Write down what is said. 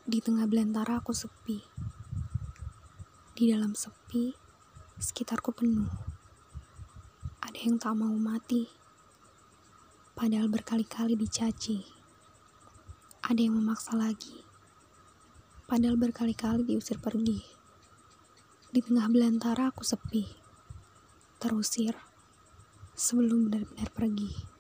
Di tengah belantara aku sepi. Di dalam sepi, sekitarku penuh. Ada yang tak mau mati, padahal berkali-kali dicaci. Ada yang memaksa lagi, padahal berkali-kali diusir pergi. Di tengah belantara aku sepi, terusir sebelum benar-benar pergi.